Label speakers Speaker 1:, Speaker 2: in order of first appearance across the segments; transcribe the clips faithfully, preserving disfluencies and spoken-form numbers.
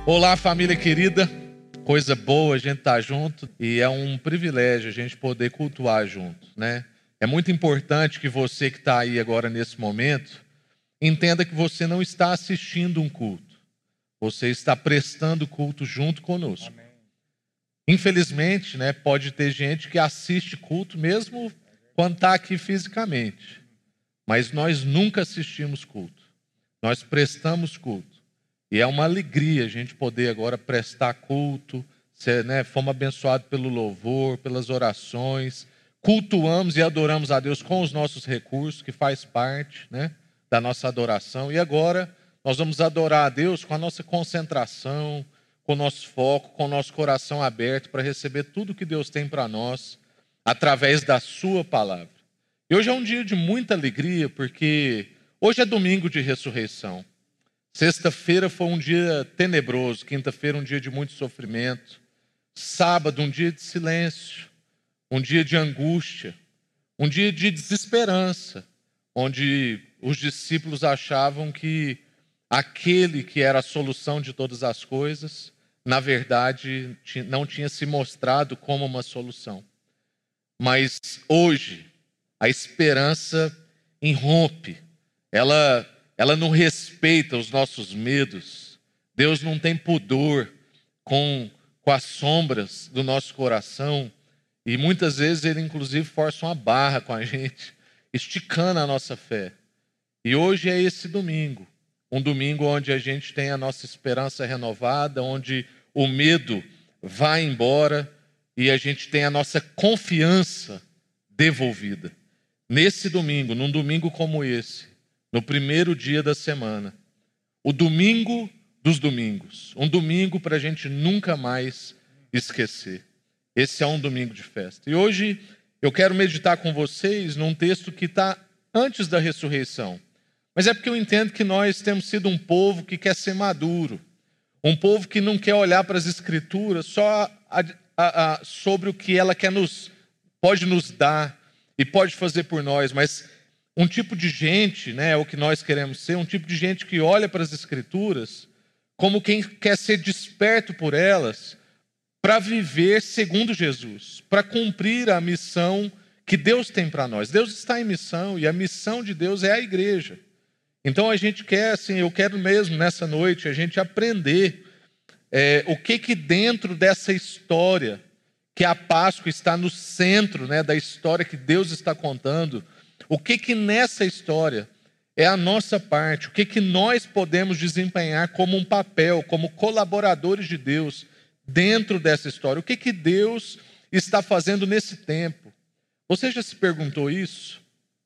Speaker 1: Olá, família querida, coisa boa a gente estar junto e é um privilégio a gente poder cultuar junto, né? É muito importante que você que está aí agora nesse momento entenda que você não está assistindo um culto, você está prestando culto junto conosco. Amém. Infelizmente, né, pode ter gente que assiste culto mesmo quando está aqui fisicamente, mas nós nunca assistimos culto, nós prestamos culto. E é uma alegria a gente poder agora prestar culto, ser, né, fomos abençoados pelo louvor, pelas orações, cultuamos e adoramos a Deus com os nossos recursos, que faz parte, né, da nossa adoração. E agora nós vamos adorar a Deus com a nossa concentração, com o nosso foco, com o nosso coração aberto para receber tudo que Deus tem para nós através da sua palavra. E hoje é um dia de muita alegria, porque hoje é domingo de ressurreição. Sexta-feira foi um dia tenebroso, quinta-feira um dia de muito sofrimento, sábado um dia de silêncio, um dia de angústia, um dia de desesperança, onde os discípulos achavam que aquele que era a solução de todas as coisas, na verdade, não tinha se mostrado como uma solução. Mas hoje, a esperança irrompe, ela... Ela não respeita os nossos medos. Deus não tem pudor com, com as sombras do nosso coração. E muitas vezes Ele, inclusive, força uma barra com a gente, esticando a nossa fé. E hoje é esse domingo. Um domingo onde a gente tem a nossa esperança renovada, onde o medo vai embora e a gente tem a nossa confiança devolvida. Nesse domingo, num domingo como esse, no primeiro dia da semana, o domingo dos domingos, um domingo para a gente nunca mais esquecer. Esse é um domingo de festa. E hoje eu quero meditar com vocês num texto que está antes da ressurreição. Mas é porque eu entendo que nós temos sido um povo que quer ser maduro, um povo que não quer olhar para as Escrituras só a, a, a, sobre o que ela quer nos, pode nos dar e pode fazer por nós, mas um tipo de gente, né, é o que nós queremos ser, um tipo de gente que olha para as Escrituras como quem quer ser desperto por elas para viver segundo Jesus, para cumprir a missão que Deus tem para nós. Deus está em missão e a missão de Deus é a igreja. Então a gente quer, assim, eu quero mesmo nessa noite a gente aprender é, o que que dentro dessa história, que a Páscoa está no centro, né, da história que Deus está contando, o que que nessa história é a nossa parte, o que que nós podemos desempenhar como um papel, como colaboradores de Deus dentro dessa história, o que que Deus está fazendo nesse tempo. Você já se perguntou isso?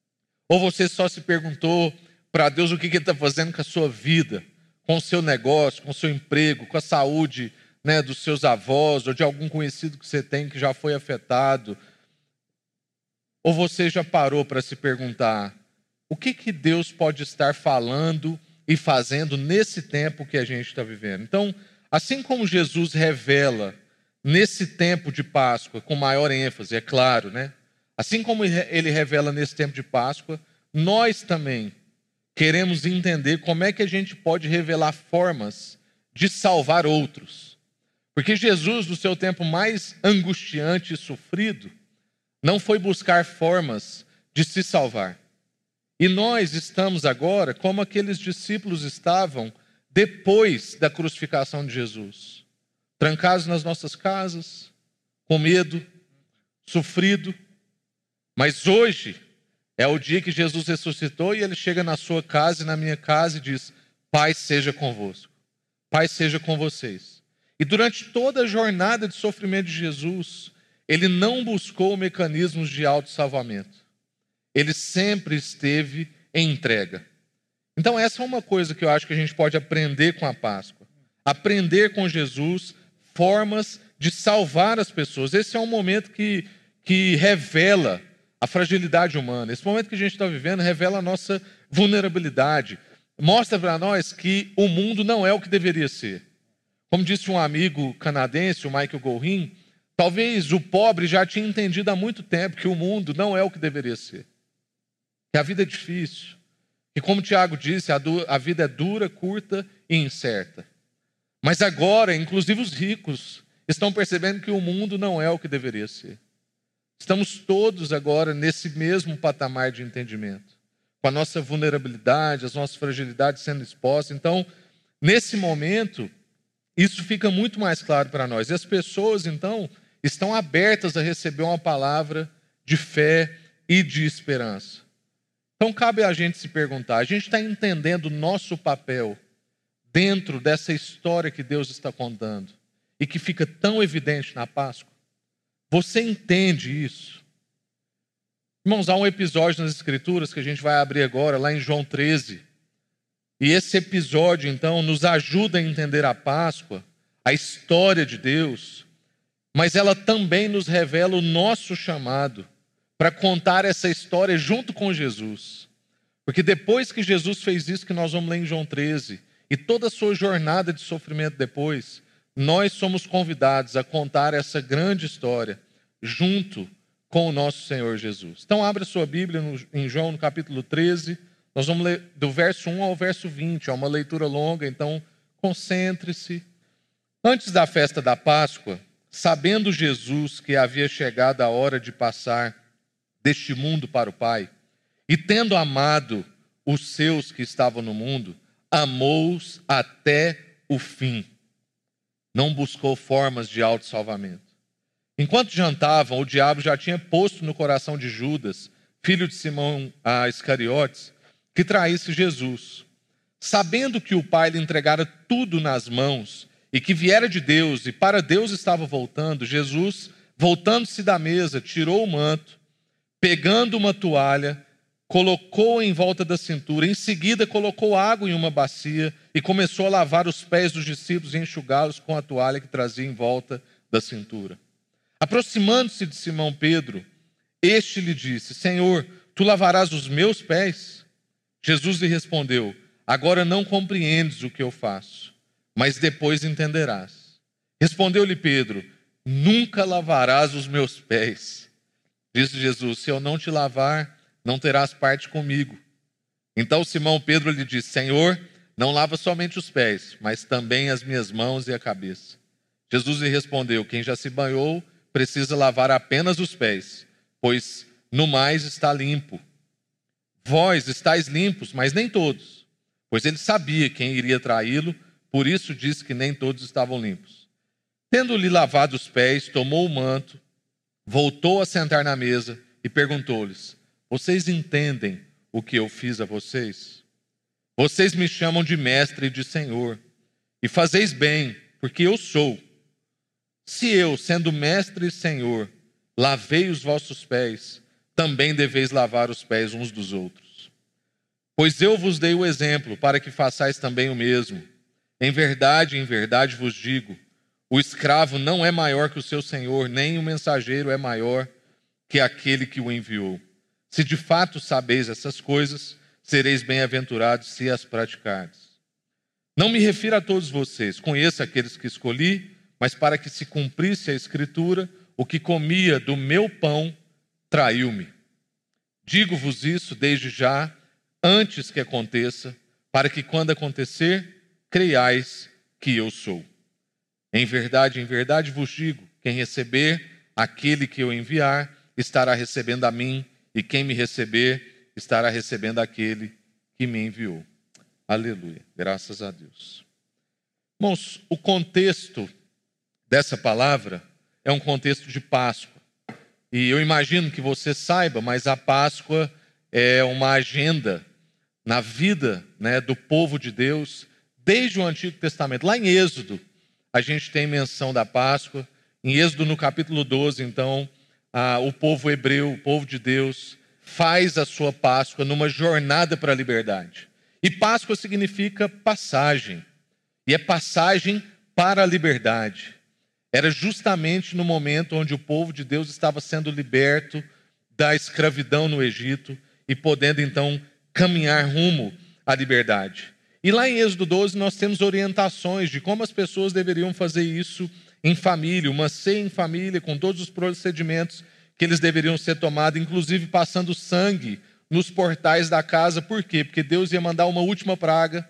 Speaker 1: Ou você só se perguntou para Deus o que que Ele está fazendo com a sua vida, com o seu negócio, com o seu emprego, com a saúde, né, dos seus avós ou de algum conhecido que você tem que já foi afetado? Ou você já parou para se perguntar o que que Deus pode estar falando e fazendo nesse tempo que a gente está vivendo? Então, assim como Jesus revela nesse tempo de Páscoa, com maior ênfase, é claro, né? Assim como Ele revela nesse tempo de Páscoa, nós também queremos entender como é que a gente pode revelar formas de salvar outros. Porque Jesus, no seu tempo mais angustiante e sofrido, não foi buscar formas de se salvar. E nós estamos agora como aqueles discípulos estavam depois da crucificação de Jesus. Trancados nas nossas casas, com medo, sofrido. Mas hoje é o dia que Jesus ressuscitou e Ele chega na sua casa e na minha casa e diz: Pai seja convosco, Pai seja com vocês. E durante toda a jornada de sofrimento de Jesus, Ele não buscou mecanismos de autossalvamento. Ele sempre esteve em entrega. Então essa é uma coisa que eu acho que a gente pode aprender com a Páscoa. Aprender com Jesus formas de salvar as pessoas. Esse é um momento que, que revela a fragilidade humana. Esse momento que a gente está vivendo revela a nossa vulnerabilidade. Mostra para nós que o mundo não é o que deveria ser. Como disse um amigo canadense, o Michael Gorin, talvez o pobre já tinha entendido há muito tempo que o mundo não é o que deveria ser. Que a vida é difícil. Que, como Tiago disse, a, du- a vida é dura, curta e incerta. Mas agora, inclusive os ricos, estão percebendo que o mundo não é o que deveria ser. Estamos todos agora nesse mesmo patamar de entendimento, com a nossa vulnerabilidade, as nossas fragilidades sendo expostas. Então, nesse momento, isso fica muito mais claro para nós. E as pessoas, então, estão abertas a receber uma palavra de fé e de esperança. Então, cabe a gente se perguntar, a gente está entendendo o nosso papel dentro dessa história que Deus está contando e que fica tão evidente na Páscoa? Você entende isso? Irmãos, há um episódio nas Escrituras que a gente vai abrir agora, lá em João treze. E esse episódio, então, nos ajuda a entender a Páscoa, a história de Deus, mas ela também nos revela o nosso chamado para contar essa história junto com Jesus. Porque depois que Jesus fez isso que nós vamos ler em João treze, e toda a sua jornada de sofrimento depois, nós somos convidados a contar essa grande história junto com o nosso Senhor Jesus. Então abra sua Bíblia no, em João, no capítulo treze, nós vamos ler do verso um ao verso vinte, é uma leitura longa, então concentre-se. Antes da festa da Páscoa, sabendo Jesus que havia chegado a hora de passar deste mundo para o Pai, e tendo amado os seus que estavam no mundo, amou-os até o fim. Não buscou formas de autossalvamento. Enquanto jantavam, o diabo já tinha posto no coração de Judas, filho de Simão a Iscariotes, que traísse Jesus. Sabendo que o Pai lhe entregara tudo nas mãos e que viera de Deus e para Deus estava voltando, Jesus, voltando-se da mesa, tirou o manto, pegando uma toalha, colocou em volta da cintura, em seguida colocou água em uma bacia e começou a lavar os pés dos discípulos e enxugá-los com a toalha que trazia em volta da cintura. Aproximando-se de Simão Pedro, este lhe disse: Senhor, tu lavarás os meus pés? Jesus lhe respondeu: agora não compreendes o que eu faço, mas depois entenderás. Respondeu-lhe Pedro: nunca lavarás os meus pés. Disse Jesus: se eu não te lavar, não terás parte comigo. Então Simão Pedro lhe disse: Senhor, não lava somente os pés, mas também as minhas mãos e a cabeça. Jesus lhe respondeu: quem já se banhou precisa lavar apenas os pés, pois no mais está limpo. Vós estáis limpos, mas nem todos. Pois ele sabia quem iria traí-lo, por isso disse que nem todos estavam limpos. Tendo-lhe lavado os pés, tomou o manto, voltou a sentar na mesa e perguntou-lhes: vocês entendem o que eu fiz a vocês? Vocês me chamam de mestre e de senhor, e fazeis bem, porque eu sou. Se eu, sendo mestre e senhor, lavei os vossos pés, também deveis lavar os pés uns dos outros. Pois eu vos dei o exemplo, para que façais também o mesmo. Em verdade, em verdade vos digo, o escravo não é maior que o seu senhor, nem o mensageiro é maior que aquele que o enviou. Se de fato sabeis essas coisas, sereis bem-aventurados se as praticardes. Não me refiro a todos vocês, conheço aqueles que escolhi, mas para que se cumprisse a Escritura, o que comia do meu pão traiu-me. Digo-vos isso desde já, antes que aconteça, para que quando acontecer, creiais que eu sou. Em verdade, em verdade vos digo, quem receber aquele que eu enviar, estará recebendo a mim, e quem me receber, estará recebendo aquele que me enviou. Aleluia, graças a Deus. Irmãos, o contexto dessa palavra é um contexto de Páscoa. E eu imagino que você saiba, mas a Páscoa é uma agenda na vida, né, do povo de Deus, desde o Antigo Testamento. Lá em Êxodo, a gente tem menção da Páscoa. Em Êxodo, no capítulo doze, então, ah, o povo hebreu, o povo de Deus, faz a sua Páscoa numa jornada para a liberdade. E Páscoa significa passagem. E é passagem para a liberdade. Era justamente no momento onde o povo de Deus estava sendo liberto da escravidão no Egito e podendo então caminhar rumo à liberdade. E lá em Êxodo doze nós temos orientações de como as pessoas deveriam fazer isso em família, uma ceia em família com todos os procedimentos que eles deveriam ser tomados, inclusive passando sangue nos portais da casa. Por quê? Porque Deus ia mandar uma última praga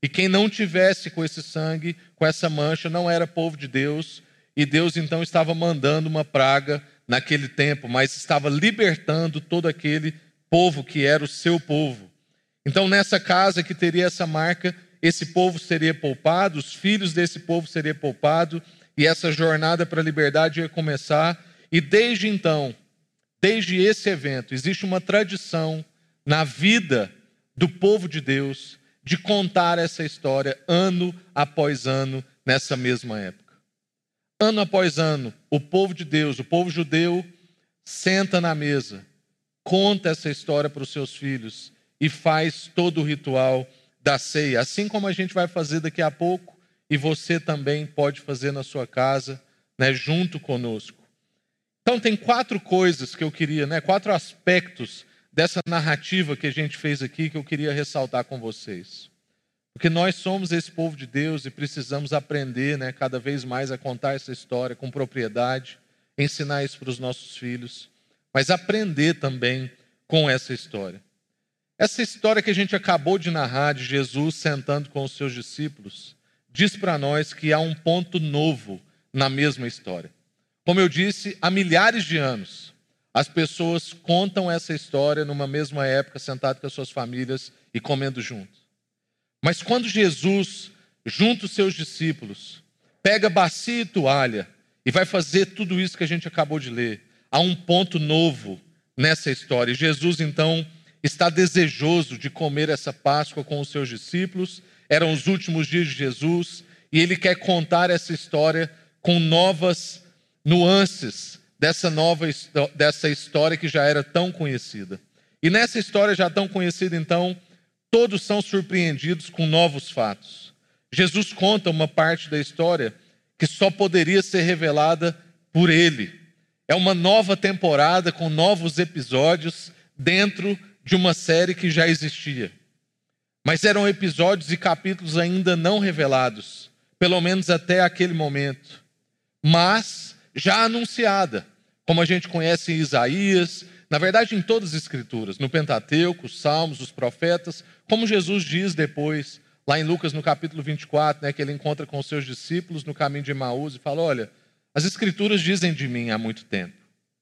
Speaker 1: E quem não tivesse com esse sangue, com essa mancha, não era povo de Deus. E Deus então estava mandando uma praga naquele tempo, mas estava libertando todo aquele povo que era o seu povo. Então nessa casa que teria essa marca, esse povo seria poupado, os filhos desse povo seriam poupados, e essa jornada para a liberdade ia começar. E desde então, desde esse evento, existe uma tradição na vida do povo de Deus de contar essa história ano após ano nessa mesma época. Ano após ano, o povo de Deus, o povo judeu, senta na mesa, conta essa história para os seus filhos e faz todo o ritual da ceia, assim como a gente vai fazer daqui a pouco, e você também pode fazer na sua casa, né, junto conosco. Então tem quatro coisas que eu queria, né, quatro aspectos dessa narrativa que a gente fez aqui que eu queria ressaltar com vocês. Porque nós somos esse povo de Deus e precisamos aprender, né, cada vez mais a contar essa história com propriedade, ensinar isso para os nossos filhos, mas aprender também com essa história. Essa história que a gente acabou de narrar de Jesus sentando com os seus discípulos, diz para nós que há um ponto novo na mesma história. Como eu disse, há milhares de anos, as pessoas contam essa história numa mesma época, sentado com as suas famílias e comendo juntos. Mas quando Jesus, junto aos seus discípulos, pega bacia e toalha e vai fazer tudo isso que a gente acabou de ler, há um ponto novo nessa história. E Jesus, então, está desejoso de comer essa Páscoa com os seus discípulos. Eram os últimos dias de Jesus e ele quer contar essa história com novas nuances dessa nova dessa história que já era tão conhecida. E nessa história já tão conhecida, então, todos são surpreendidos com novos fatos. Jesus conta uma parte da história que só poderia ser revelada por ele. É uma nova temporada com novos episódios dentro de uma série que já existia. Mas eram episódios e capítulos ainda não revelados, pelo menos até aquele momento. Mas já anunciada, como a gente conhece em Isaías, na verdade em todas as escrituras, no Pentateuco, os Salmos, os profetas, como Jesus diz depois, lá em Lucas no capítulo vinte e quatro, né, que ele encontra com os seus discípulos no caminho de Emaús e fala, olha, as escrituras dizem de mim há muito tempo.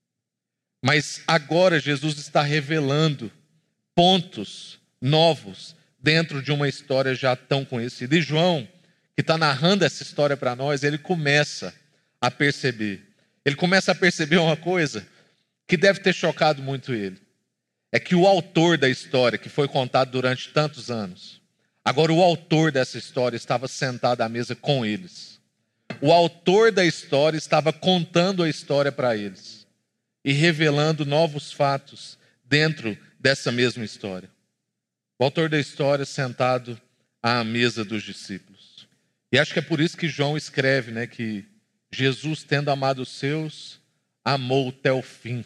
Speaker 1: Mas agora Jesus está revelando pontos novos dentro de uma história já tão conhecida. E João, que está narrando essa história para nós, ele começa a perceber. Ele começa a perceber uma coisa que deve ter chocado muito ele. É que o autor da história, que foi contado durante tantos anos, agora o autor dessa história estava sentado à mesa com eles. O autor da história estava contando a história para eles e revelando novos fatos dentro dessa mesma história. O autor da história sentado à mesa dos discípulos. E acho que é por isso que João escreve, né, que Jesus, tendo amado os seus, amou até o fim.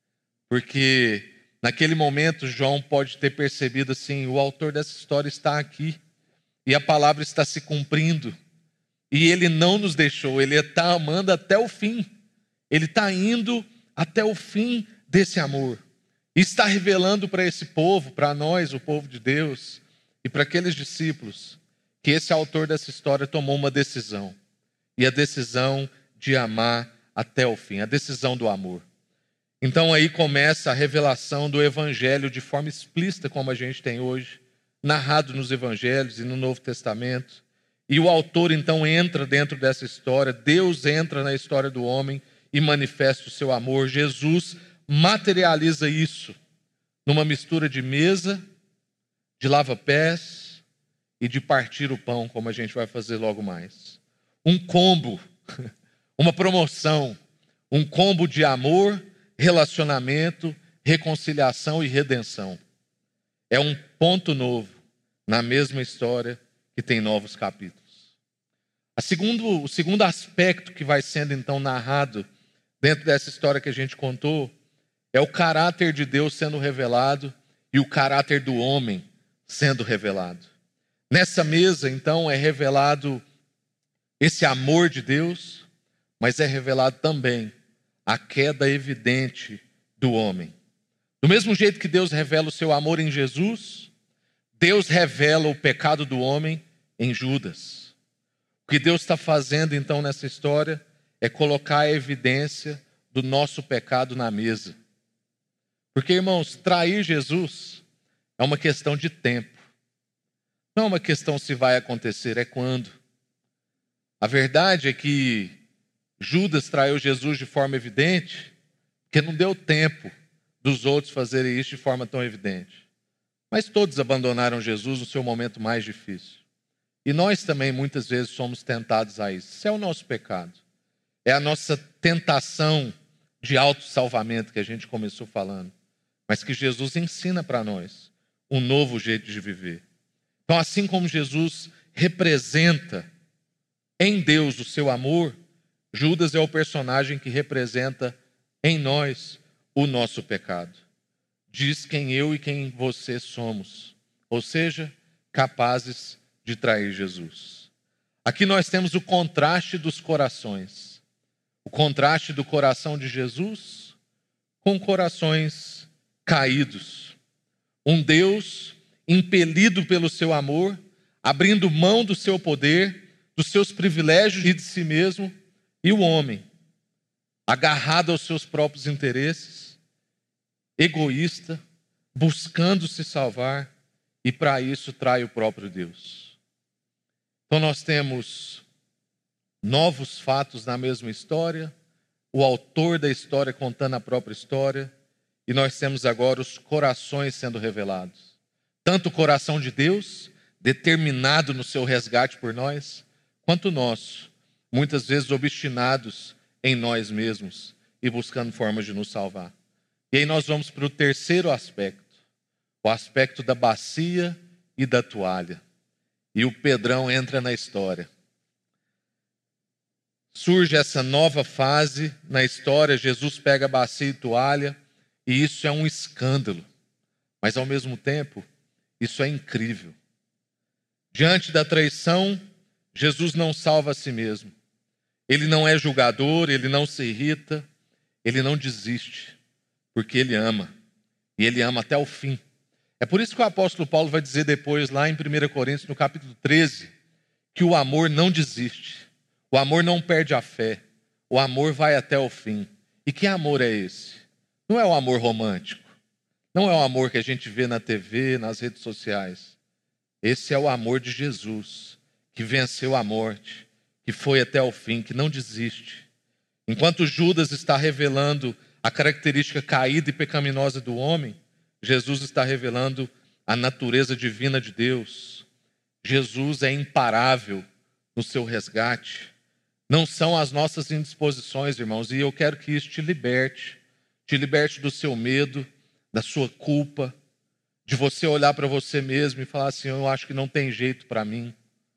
Speaker 1: Porque naquele momento João pode ter percebido assim, o autor dessa história está aqui e a palavra está se cumprindo. E ele não nos deixou, ele está amando até o fim. Ele está indo até o fim desse amor. E está revelando para esse povo, para nós, o povo de Deus, e para aqueles discípulos, que esse autor dessa história tomou uma decisão. E a decisão de amar até o fim, a decisão do amor. Então aí começa a revelação do evangelho de forma explícita, como a gente tem hoje, narrado nos evangelhos e no Novo Testamento. E o autor então entra dentro dessa história, Deus entra na história do homem e manifesta o seu amor. Jesus materializa isso numa mistura de mesa, de lava-pés e de partir o pão, como a gente vai fazer logo mais. Um combo, uma promoção, um combo de amor, relacionamento, reconciliação e redenção. É um ponto novo na mesma história que tem novos capítulos. A segundo, o segundo aspecto que vai sendo então narrado dentro dessa história que a gente contou é o caráter de Deus sendo revelado e o caráter do homem sendo revelado. Nessa mesa, então, é revelado esse amor de Deus, mas é revelado também a queda evidente do homem. Do mesmo jeito que Deus revela o seu amor em Jesus, Deus revela o pecado do homem em Judas. O que Deus está fazendo então nessa história é colocar a evidência do nosso pecado na mesa. Porque, irmãos, trair Jesus é uma questão de tempo. Não é uma questão se vai acontecer, é quando. A verdade é que Judas traiu Jesus de forma evidente, porque não deu tempo dos outros fazerem isso de forma tão evidente. Mas todos abandonaram Jesus no seu momento mais difícil. E nós também muitas vezes somos tentados a isso. Isso é o nosso pecado. É a nossa tentação de autossalvamento que a gente começou falando. Mas que Jesus ensina para nós um novo jeito de viver. Então, assim como Jesus representa em Deus o seu amor, Judas é o personagem que representa em nós o nosso pecado. Diz quem eu e quem você somos. Ou seja, capazes de trair Jesus. Aqui nós temos o contraste dos corações. O contraste do coração de Jesus com corações caídos. Um Deus impelido pelo seu amor, abrindo mão do seu poder, dos seus privilégios e de si mesmo, e o homem, agarrado aos seus próprios interesses, egoísta, buscando se salvar, e para isso trai o próprio Deus. Então nós temos novos fatos na mesma história, o autor da história contando a própria história, e nós temos agora os corações sendo revelados. Tanto o coração de Deus, determinado no seu resgate por nós, quanto o nosso, muitas vezes obstinados em nós mesmos e buscando formas de nos salvar. E aí nós vamos para o terceiro aspecto, o aspecto da bacia e da toalha. E o Pedrão entra na história. Surge essa nova fase na história, Jesus pega a bacia e toalha, e isso é um escândalo. Mas ao mesmo tempo, isso é incrível. Diante da traição, Jesus não salva a si mesmo. Ele não é julgador, ele não se irrita, ele não desiste, porque ele ama. E ele ama até o fim. É por isso que o apóstolo Paulo vai dizer depois, lá em primeira Coríntios, no capítulo treze, que o amor não desiste. O amor não perde a fé. O amor vai até o fim. E que amor é esse? Não é o amor romântico. Não é o amor que a gente vê na T V, nas redes sociais. Esse é o amor de Jesus, que venceu a morte, que foi até o fim, que não desiste. Enquanto Judas está revelando a característica caída e pecaminosa do homem, Jesus está revelando a natureza divina de Deus. Jesus é imparável no seu resgate. Não são as nossas indisposições, irmãos, e eu quero que isso te liberte. Te liberte do seu medo, da sua culpa, de você olhar para você mesmo e falar assim, eu acho que não tem jeito para mim.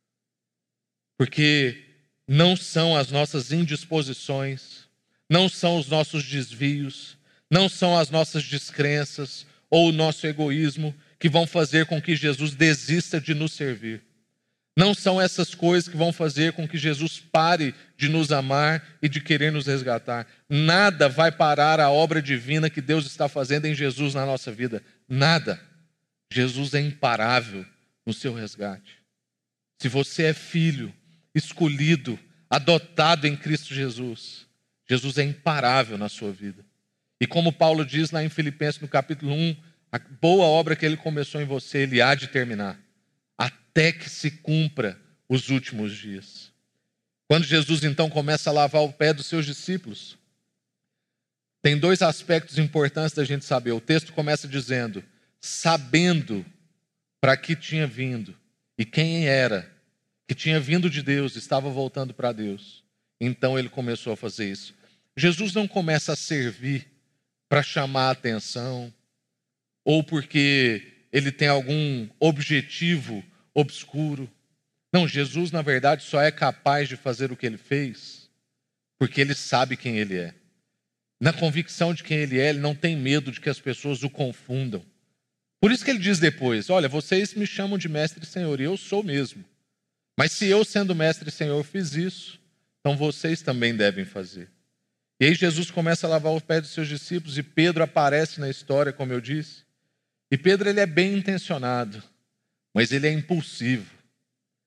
Speaker 1: Porque não são as nossas indisposições, não são os nossos desvios, não são as nossas descrenças ou o nosso egoísmo que vão fazer com que Jesus desista de nos servir. Não são essas coisas que vão fazer com que Jesus pare de nos amar e de querer nos resgatar. Nada vai parar a obra divina que Deus está fazendo em Jesus na nossa vida. Nada. Jesus é imparável no seu resgate. Se você é filho, escolhido, adotado em Cristo Jesus, Jesus é imparável na sua vida. E como Paulo diz lá em Filipenses, no capítulo um, a boa obra que ele começou em você, ele há de terminar, até que se cumpra os últimos dias. Quando Jesus então começa a lavar o pé dos seus discípulos, tem dois aspectos importantes da gente saber. O texto começa dizendo, sabendo para que tinha vindo e quem era, que tinha vindo de Deus, estava voltando para Deus. Então ele começou a fazer isso. Jesus não começa a servir para chamar a atenção ou porque ele tem algum objetivo obscuro. Não, Jesus, na verdade, só é capaz de fazer o que ele fez porque ele sabe quem ele é. Na convicção de quem ele é, ele não tem medo de que as pessoas o confundam. Por isso que ele diz depois, olha, vocês me chamam de mestre e senhor, e eu sou mesmo. Mas se eu, sendo mestre e senhor, fiz isso, então vocês também devem fazer. E aí Jesus começa a lavar os pés dos seus discípulos, e Pedro aparece na história, como eu disse. E Pedro, ele é bem intencionado, mas ele é impulsivo.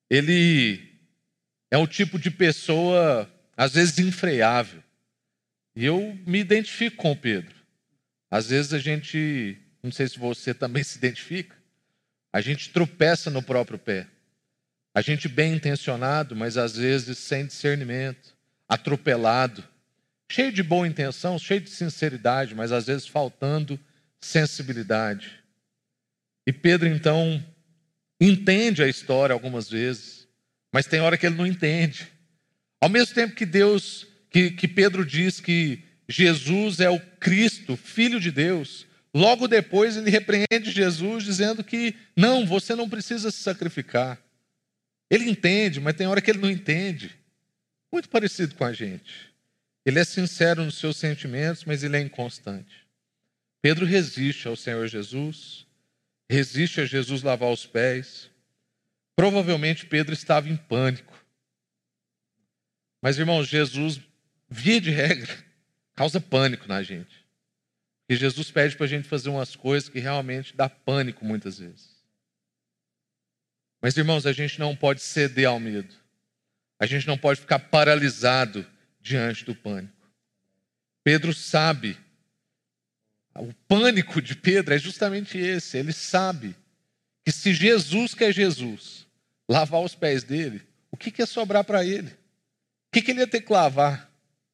Speaker 1: ele é um tipo de pessoa, às vezes, infreável. E eu me identifico com o Pedro. Às vezes a gente, não sei se você também se identifica, a gente tropeça no próprio pé. A gente bem intencionado, mas às vezes sem discernimento, atropelado, cheio de boa intenção, cheio de sinceridade, mas às vezes faltando sensibilidade. E Pedro, então, entende a história algumas vezes, mas tem hora que ele não entende. Ao mesmo tempo que Deus, que, que Pedro diz que Jesus é o Cristo, Filho de Deus, logo depois ele repreende Jesus dizendo que não, você não precisa se sacrificar. Ele entende, mas tem hora que ele não entende. Muito parecido com a gente. Ele é sincero nos seus sentimentos, mas ele é inconstante. Pedro resiste ao Senhor Jesus, resiste a Jesus lavar os pés. Provavelmente Pedro estava em pânico. Mas, irmãos, Jesus, via de regra, causa pânico na gente. E Jesus pede para a gente fazer umas coisas que realmente dá pânico muitas vezes. Mas, irmãos, a gente não pode ceder ao medo. A gente não pode ficar paralisado diante do pânico. Pedro sabe, o pânico de Pedro é justamente esse. Ele sabe que se Jesus, que é Jesus, lavar os pés dele, o que, que ia sobrar para ele? O que, que ele ia ter que lavar?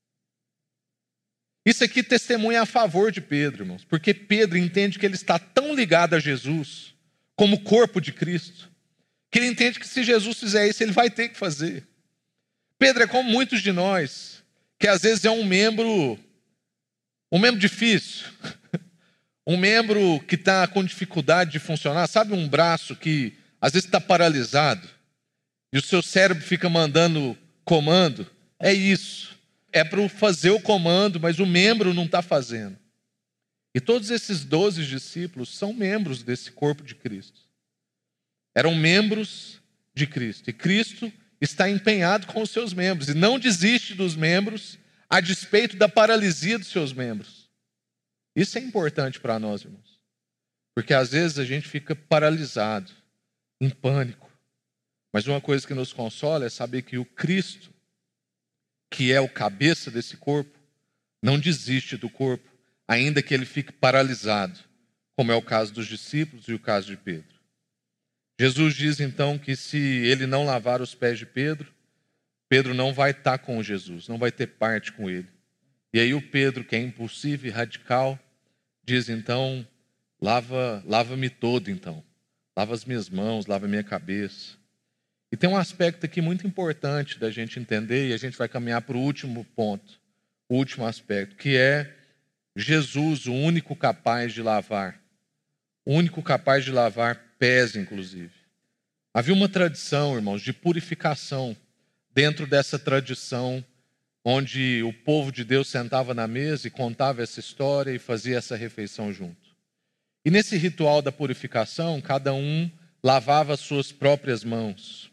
Speaker 1: Isso aqui testemunha a favor de Pedro, irmãos, porque Pedro entende que ele está tão ligado a Jesus, como corpo de Cristo, que ele entende que se Jesus fizer isso, ele vai ter que fazer. Pedro é como muitos de nós, que às vezes é um membro, um membro difícil, um membro que está com dificuldade de funcionar. Sabe um braço que às vezes está paralisado e o seu cérebro fica mandando comando? É isso. É para fazer o comando, mas o membro não está fazendo. E todos esses doze discípulos são membros desse corpo de Cristo. Eram membros de Cristo. E Cristo está empenhado com os seus membros e não desiste dos membros a despeito da paralisia dos seus membros. Isso é importante para nós, irmãos. Porque às vezes a gente fica paralisado, em pânico. Mas uma coisa que nos consola é saber que o Cristo, que é o cabeça desse corpo, não desiste do corpo, ainda que ele fique paralisado, como é o caso dos discípulos e o caso de Pedro. Jesus diz então que se ele não lavar os pés de Pedro, Pedro não vai estar com Jesus, não vai ter parte com ele. E aí o Pedro, que é impulsivo e radical, diz então, lava, lava-me todo então, lava as minhas mãos, lava a minha cabeça. E tem um aspecto aqui muito importante da gente entender, e a gente vai caminhar para o último ponto, o último aspecto, que é Jesus, o único capaz de lavar, o único capaz de lavar pés, inclusive. Havia uma tradição, irmãos, de purificação dentro dessa tradição, onde o povo de Deus sentava na mesa e contava essa história e fazia essa refeição junto. E nesse ritual da purificação, cada um lavava as suas próprias mãos.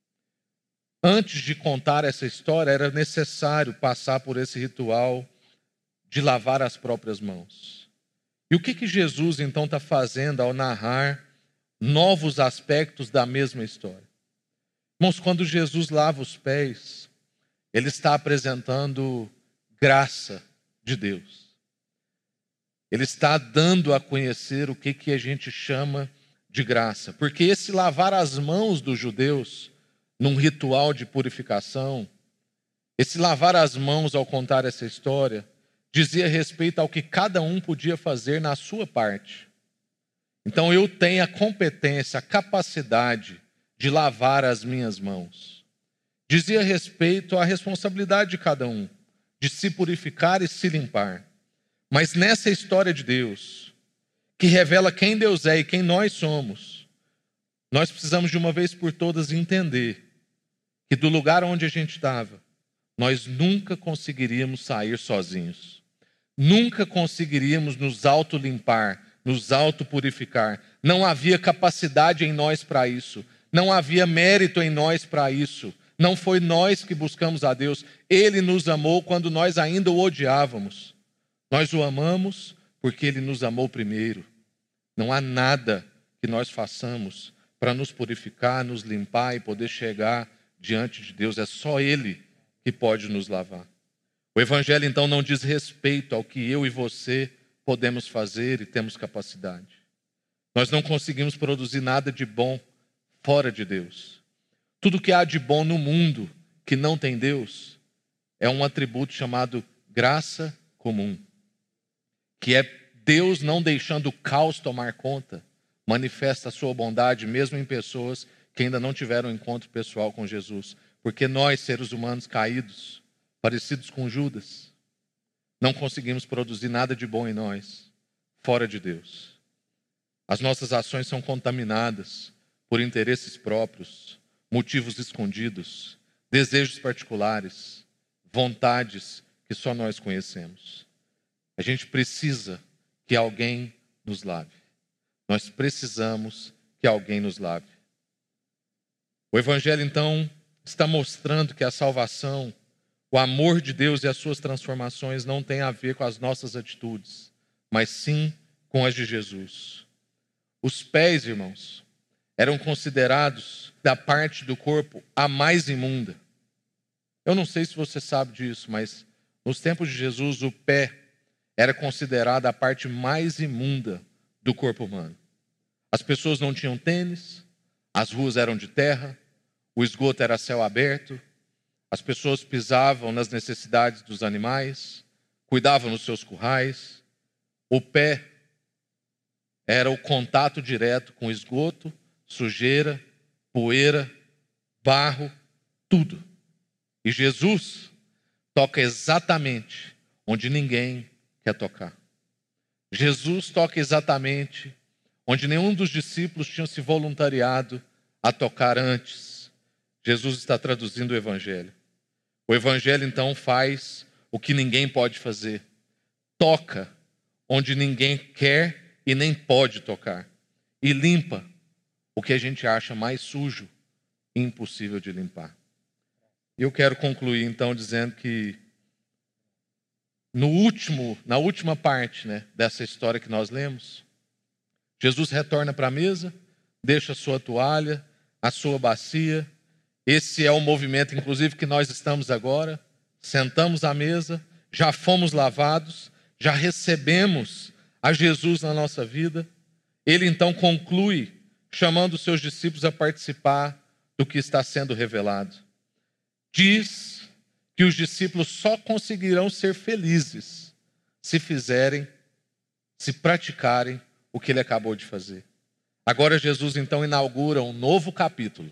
Speaker 1: Antes de contar essa história, era necessário passar por esse ritual de lavar as próprias mãos. E o que, que Jesus então está fazendo ao narrar novos aspectos da mesma história? Irmãos, quando Jesus lava os pés, ele está apresentando graça de Deus. Ele está dando a conhecer o que, que a gente chama de graça. Porque esse lavar as mãos dos judeus num ritual de purificação, esse lavar as mãos ao contar essa história, dizia respeito ao que cada um podia fazer na sua parte. Então eu tenho a competência, a capacidade de lavar as minhas mãos. Dizia respeito à responsabilidade de cada um, de se purificar e se limpar. Mas nessa história de Deus, que revela quem Deus é e quem nós somos, nós precisamos de uma vez por todas entender que do lugar onde a gente estava, nós nunca conseguiríamos sair sozinhos. Nunca conseguiríamos nos auto-limpar, nos auto-purificar. Não havia capacidade em nós para isso. Não havia mérito em nós para isso. Não foi nós que buscamos a Deus. Ele nos amou quando nós ainda o odiávamos. Nós o amamos porque ele nos amou primeiro. Não há nada que nós façamos para nos purificar, nos limpar e poder chegar diante de Deus. É só Ele que pode nos lavar. O Evangelho, então, não diz respeito ao que eu e você podemos fazer e temos capacidade. Nós não conseguimos produzir nada de bom fora de Deus. Tudo que há de bom no mundo que não tem Deus é um atributo chamado graça comum, que é Deus não deixando o caos tomar conta, manifesta a sua bondade mesmo em pessoas que ainda não tiveram um encontro pessoal com Jesus. Porque nós, seres humanos caídos, parecidos com Judas, não conseguimos produzir nada de bom em nós, fora de Deus. As nossas ações são contaminadas por interesses próprios, motivos escondidos, desejos particulares, vontades que só nós conhecemos. A gente precisa que alguém nos lave. Nós precisamos que alguém nos lave. O Evangelho, então, está mostrando que a salvação, o amor de Deus e as suas transformações não têm a ver com as nossas atitudes, mas sim com as de Jesus. Os pés, irmãos, eram considerados da parte do corpo a mais imunda. Eu não sei se você sabe disso, mas nos tempos de Jesus, o pé era considerado a parte mais imunda do corpo humano. As pessoas não tinham tênis, as ruas eram de terra, o esgoto era a céu aberto, as pessoas pisavam nas necessidades dos animais, cuidavam dos seus currais. O pé era o contato direto com esgoto, sujeira, poeira, barro, tudo. E Jesus toca exatamente onde ninguém quer tocar. Jesus toca exatamente onde nenhum dos discípulos tinha se voluntariado a tocar antes. Jesus está traduzindo o Evangelho. O Evangelho, então, faz o que ninguém pode fazer. Toca onde ninguém quer e nem pode tocar. E limpa o que a gente acha mais sujo e impossível de limpar. E eu quero concluir, então, dizendo que no último, na última parte, né, dessa história que nós lemos, Jesus retorna para a mesa, deixa a sua toalha, a sua bacia. Esse é o movimento, inclusive, que nós estamos agora. Sentamos à mesa, já fomos lavados, já recebemos a Jesus na nossa vida. Ele então conclui, chamando os seus discípulos a participar do que está sendo revelado. Diz que os discípulos só conseguirão ser felizes se fizerem, se praticarem o que ele acabou de fazer. Agora Jesus então inaugura um novo capítulo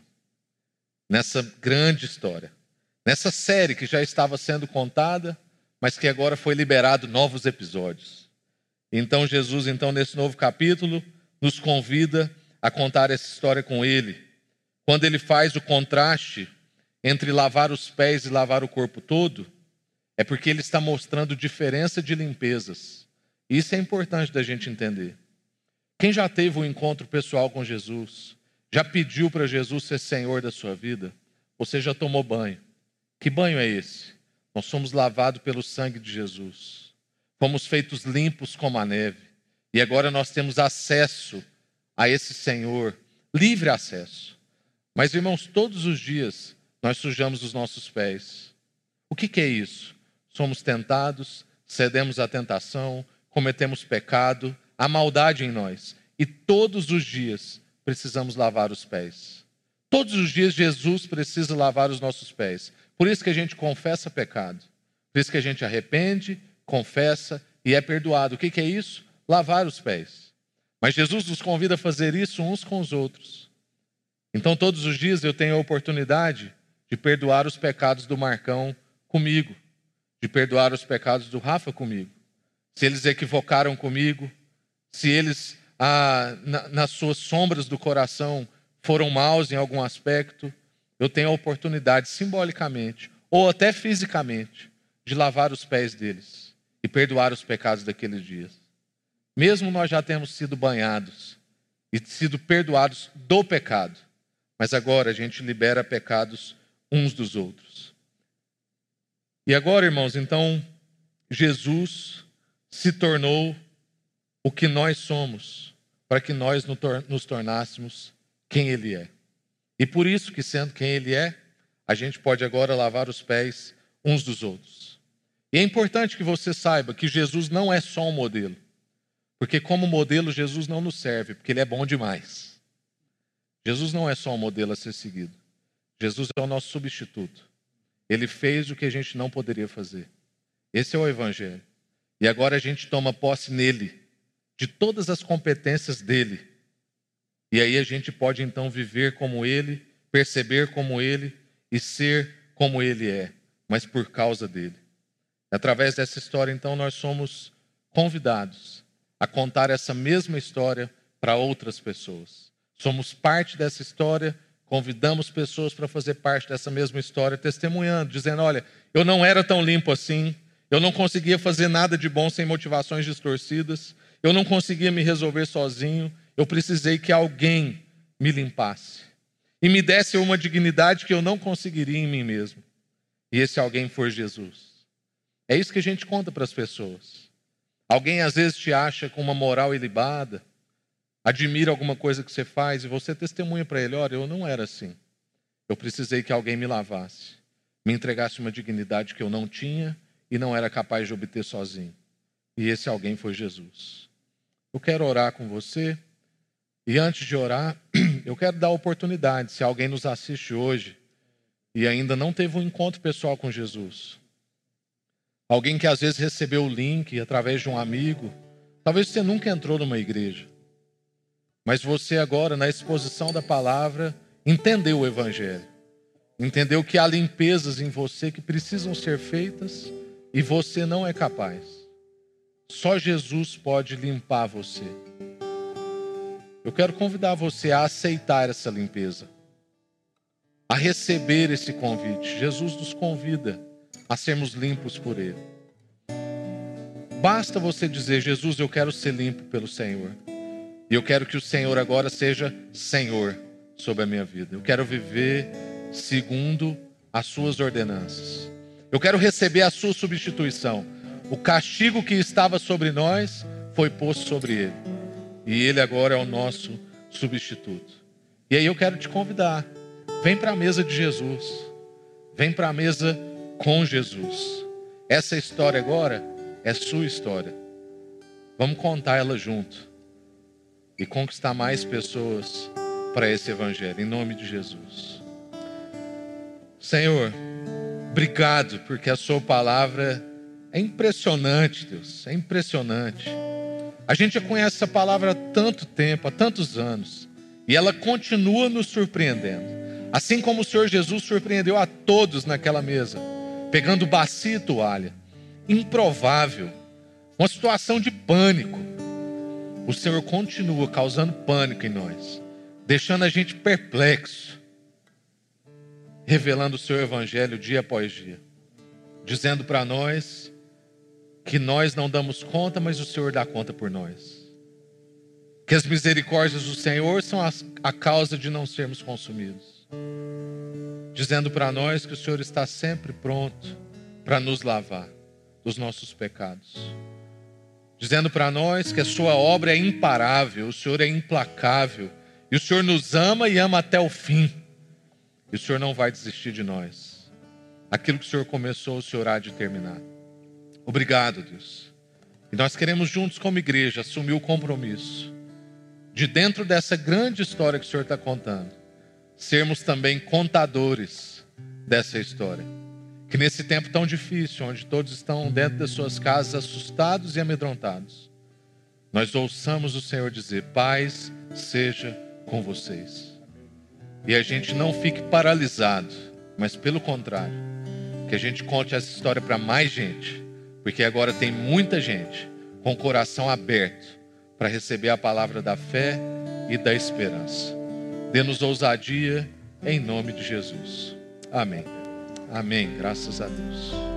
Speaker 1: nessa grande história, nessa série que já estava sendo contada, mas que agora foi liberado novos episódios. Então Jesus, então, nesse novo capítulo, nos convida a contar essa história com ele. Quando ele faz o contraste entre lavar os pés e lavar o corpo todo, é porque ele está mostrando diferença de limpezas. Isso é importante da gente entender. Quem já teve um encontro pessoal com Jesus, já pediu para Jesus ser Senhor da sua vida, você já tomou banho. Que banho é esse? Nós somos lavados pelo sangue de Jesus. Fomos feitos limpos como a neve. E agora nós temos acesso a esse Senhor, livre acesso. Mas, irmãos, todos os dias nós sujamos os nossos pés. O que, que é isso? Somos tentados, cedemos à tentação, cometemos pecado, há maldade em nós. E todos os dias precisamos lavar os pés. Todos os dias Jesus precisa lavar os nossos pés. Por isso que a gente confessa pecado. Por isso que a gente arrepende, confessa e é perdoado. O que, que é isso? Lavar os pés. Mas Jesus nos convida a fazer isso uns com os outros. Então todos os dias eu tenho a oportunidade de perdoar os pecados do Marcão comigo, de perdoar os pecados do Rafa comigo. Se eles equivocaram comigo, se eles, ah, na, nas suas sombras do coração, foram maus em algum aspecto, eu tenho a oportunidade, simbolicamente, ou até fisicamente, de lavar os pés deles e perdoar os pecados daqueles dias. Mesmo nós já temos sido banhados e sido perdoados do pecado, mas agora a gente libera pecados uns dos outros. E agora, irmãos, então, Jesus se tornou o que nós somos, para que nós nos tornássemos quem Ele é. E por isso que, sendo quem Ele é, a gente pode agora lavar os pés uns dos outros. E é importante que você saiba que Jesus não é só um modelo. Porque como modelo, Jesus não nos serve, porque Ele é bom demais. Jesus não é só um modelo a ser seguido. Jesus é o nosso substituto. Ele fez o que a gente não poderia fazer. Esse é o Evangelho. E agora a gente toma posse nele, de todas as competências dele. E aí a gente pode então viver como ele, perceber como ele e ser como ele é, mas por causa dele. Através dessa história, então, nós somos convidados a contar essa mesma história para outras pessoas. Somos parte dessa história, convidamos pessoas para fazer parte dessa mesma história, testemunhando, dizendo, olha, eu não era tão limpo assim, eu não conseguia fazer nada de bom sem motivações distorcidas, eu não conseguia me resolver sozinho, eu precisei que alguém me limpasse e me desse uma dignidade que eu não conseguiria em mim mesmo. E esse alguém foi Jesus. É isso que a gente conta para as pessoas. Alguém às vezes te acha com uma moral ilibada, admira alguma coisa que você faz e você testemunha para ele, olha, eu não era assim. Eu precisei que alguém me lavasse, me entregasse uma dignidade que eu não tinha e não era capaz de obter sozinho. E esse alguém foi Jesus. Eu quero orar com você. E antes de orar, eu quero dar a oportunidade, se alguém nos assiste hoje e ainda não teve um encontro pessoal com Jesus, alguém que às vezes recebeu o link através de um amigo, talvez você nunca entrou numa igreja, mas você agora, na exposição da palavra, entendeu o Evangelho, entendeu que há limpezas em você que precisam ser feitas e você não é capaz. Só Jesus pode limpar você. Eu quero convidar você a aceitar essa limpeza, a receber esse convite. Jesus nos convida a sermos limpos por Ele. Basta você dizer, Jesus, eu quero ser limpo pelo Senhor. E eu quero que o Senhor agora seja Senhor sobre a minha vida. Eu quero viver segundo as suas ordenanças. Eu quero receber a sua substituição. O castigo que estava sobre nós foi posto sobre Ele. E Ele agora é o nosso substituto. E aí eu quero te convidar. Vem para a mesa de Jesus. Vem para a mesa com Jesus. Essa história agora é sua história. Vamos contar ela junto. E conquistar mais pessoas para esse Evangelho. Em nome de Jesus. Senhor, obrigado porque a sua palavra é impressionante, Deus. É impressionante. A gente já conhece essa palavra há tanto tempo, há tantos anos. E ela continua nos surpreendendo. Assim como o Senhor Jesus surpreendeu a todos naquela mesa. Pegando bacia e toalha. Improvável. Uma situação de pânico. O Senhor continua causando pânico em nós. Deixando a gente perplexo. Revelando o seu Evangelho dia após dia. Dizendo para nós que nós não damos conta, mas o Senhor dá conta por nós. Que as misericórdias do Senhor são a causa de não sermos consumidos. Dizendo para nós que o Senhor está sempre pronto para nos lavar dos nossos pecados. Dizendo para nós que a sua obra é imparável, o Senhor é implacável. E o Senhor nos ama e ama até o fim. E o Senhor não vai desistir de nós. Aquilo que o Senhor começou, o Senhor há de terminar. Obrigado, Deus. E nós queremos juntos como igreja assumir o compromisso de dentro dessa grande história que o Senhor está contando, sermos também contadores dessa história. Que nesse tempo tão difícil, onde todos estão dentro das suas casas assustados e amedrontados, nós ouçamos o Senhor dizer, paz seja com vocês. E a gente não fique paralisado, mas pelo contrário, que a gente conte essa história para mais gente, porque agora tem muita gente com o coração aberto para receber a palavra da fé e da esperança. Dê-nos ousadia em nome de Jesus. Amém. Amém. Graças a Deus.